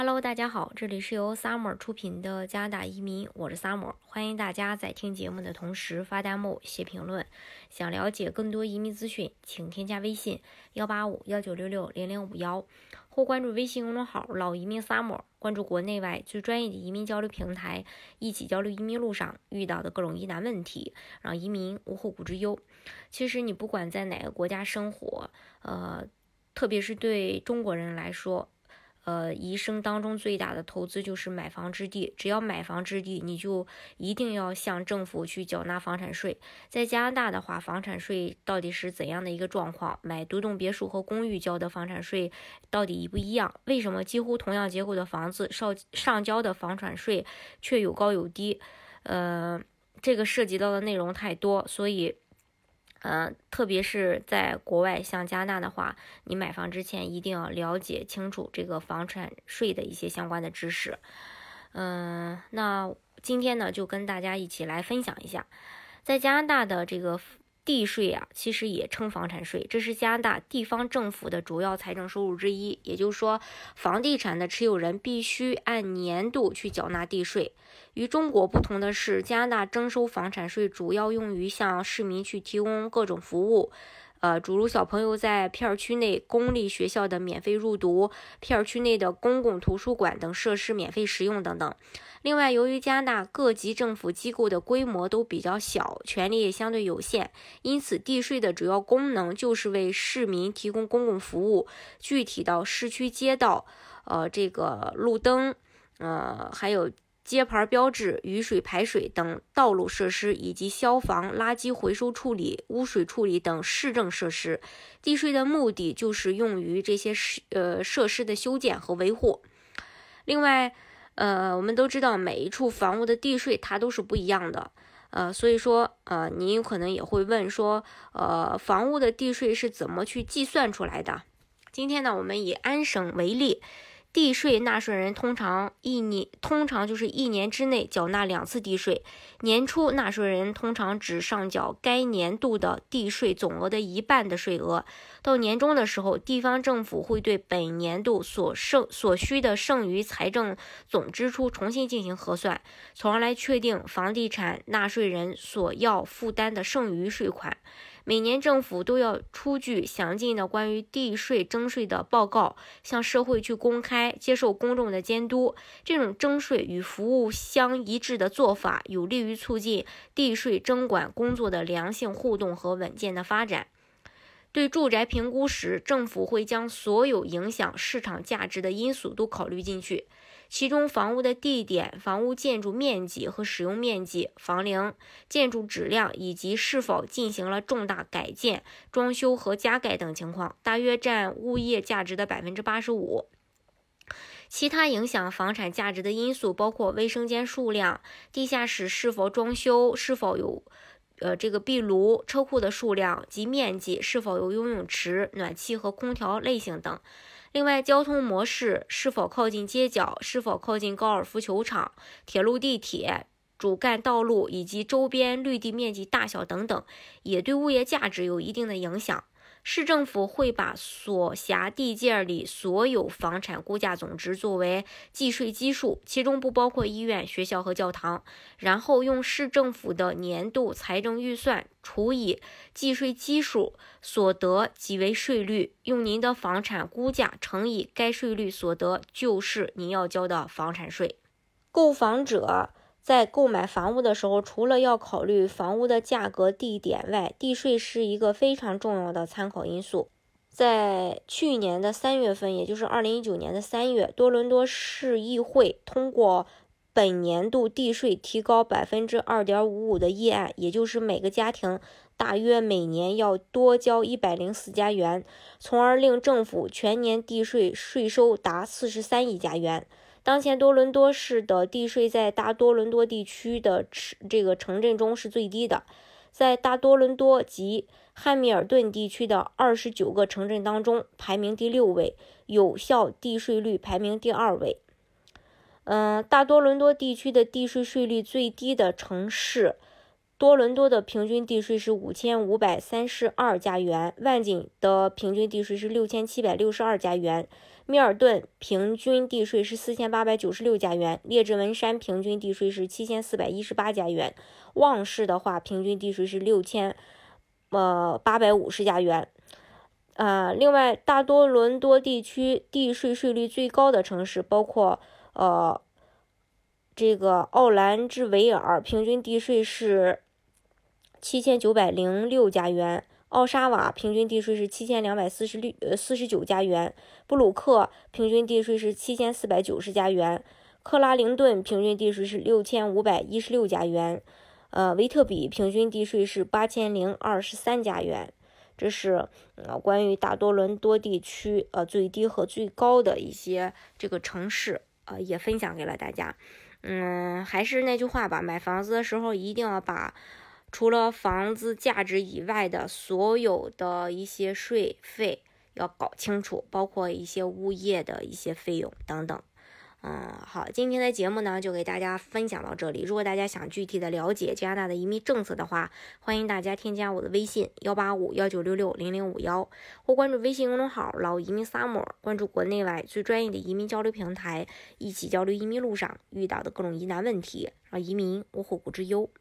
Hello，大家好，这里是由 Summer 出品的加拿大移民，我是 Summer，欢迎大家在听节目的同时发弹幕、写评论。想了解更多移民资讯，请添加微信18519660051，或关注微信公众号老移民 Summer， 关注国内外最专业的移民交流平台，一起交流移民路上遇到的各种疑难问题，让移民无后顾之忧。其实你不管在哪个国家生活，特别是对中国人来说，一生当中最大的投资就是买房置地。只要买房置地，你就一定要向政府去缴纳房产税。在加拿大的话，房产税到底是怎样的一个状况？买独栋别墅和公寓交的房产税到底一不一样？为什么几乎同样结构的房子上交的房产税却有高有低？这个涉及到的内容太多，所以特别是在国外，像加拿大的话，你买房之前一定要了解清楚这个房产税的一些相关的知识。那今天呢，就跟大家一起来分享一下，在加拿大的这个地税啊，其实也称房产税，这是加拿大地方政府的主要财政收入之一。也就是说，房地产的持有人必须按年度去缴纳地税。与中国不同的是，加拿大征收房产税主要用于向市民去提供各种服务，诸如小朋友在片区内公立学校的免费入读，片区内的公共图书馆等设施免费使用等等。另外，由于加拿大各级政府机构的规模都比较小，权力也相对有限，因此地税的主要功能就是为市民提供公共服务，具体到市区街道，这个路灯，还有街牌标志、雨水排水等道路设施，以及消防、垃圾回收处理、污水处理等市政设施。地税的目的就是用于这些设施的修建和维护。另外，我们都知道每一处房屋的地税它都是不一样的。所以说，您有可能也会问说，房屋的地税是怎么去计算出来的？今天呢，我们以安省为例。地税纳税人通常就是一年之内缴纳2次地税。年初纳税人通常只上缴该年度的地税总额的一半的税额。到年终的时候，地方政府会对本年度所需的剩余财政总支出重新进行核算，从而来确定房地产纳税人所要负担的剩余税款。每年政府都要出具详尽的关于地税征税的报告，向社会去公开，接受公众的监督。这种征税与服务相一致的做法，有利于促进地税征管工作的良性互动和稳健的发展。对住宅评估时，政府会将所有影响市场价值的因素都考虑进去，其中房屋的地点、房屋建筑面积和使用面积、房龄、建筑质量以及是否进行了重大改建、装修和加盖等情况，大约占物业价值的 85%。其他影响房产价值的因素包括卫生间数量、地下室是否装修、是否有这个壁炉、车库的数量及面积、是否有游泳池、暖气和空调类型等。另外，交通模式是否靠近街角、是否靠近高尔夫球场、铁路、地铁、主干道路以及周边绿地面积大小等等，也对物业价值有一定的影响。市政府会把所辖地界里所有房产估价总值作为计税基数，其中不包括医院、学校和教堂，然后用市政府的年度财政预算除以计税基数所得即为税率，用您的房产估价乘以该税率所得，就是您要交的房产税。购房者在购买房屋的时候，除了要考虑房屋的价格、地点外，地税是一个非常重要的参考因素。在去年的3月份，也就是2019年的3月，多伦多市议会通过本年度地税提高 2.55% 的议案，也就是每个家庭大约每年要多交104加元，从而令政府全年地税税收达43亿加元。当前多伦多市的地税在大多伦多地区的这个城镇中是最低的，在大多伦多及汉密尔顿地区的29个城镇当中排名第6位，有效地税率排名第2位。大多伦多地区的地税税率最低的城市，多伦多的平均地税是5532加元，万锦的平均地税是6762加元， 密尔顿平均地税是4896加元，列治文山平均地税是7418加元，旺市的话平均地税是6850加元。另外，大多伦多地区地税税率最高的城市包括这个奥兰治维尔，平均地税是7906加元，奥沙瓦平均地税是7249加元，布鲁克平均地税是7490加元，克拉灵顿平均地税是6516加元，维特比平均地税是8023加元。这是关于大多伦多地区最低和最高的一些这个城市也分享给了大家。还是那句话吧，买房子的时候一定要把除了房子价值以外的所有的一些税费要搞清楚，包括一些物业的一些费用等等。好，今天的节目呢就给大家分享到这里。如果大家想具体的了解加拿大的移民政策的话，欢迎大家添加我的微信18519660051，或关注微信公众号老移民萨摩，关注国内外最专业的移民交流平台，一起交流移民路上遇到的各种疑难问题，让移民无后顾之忧。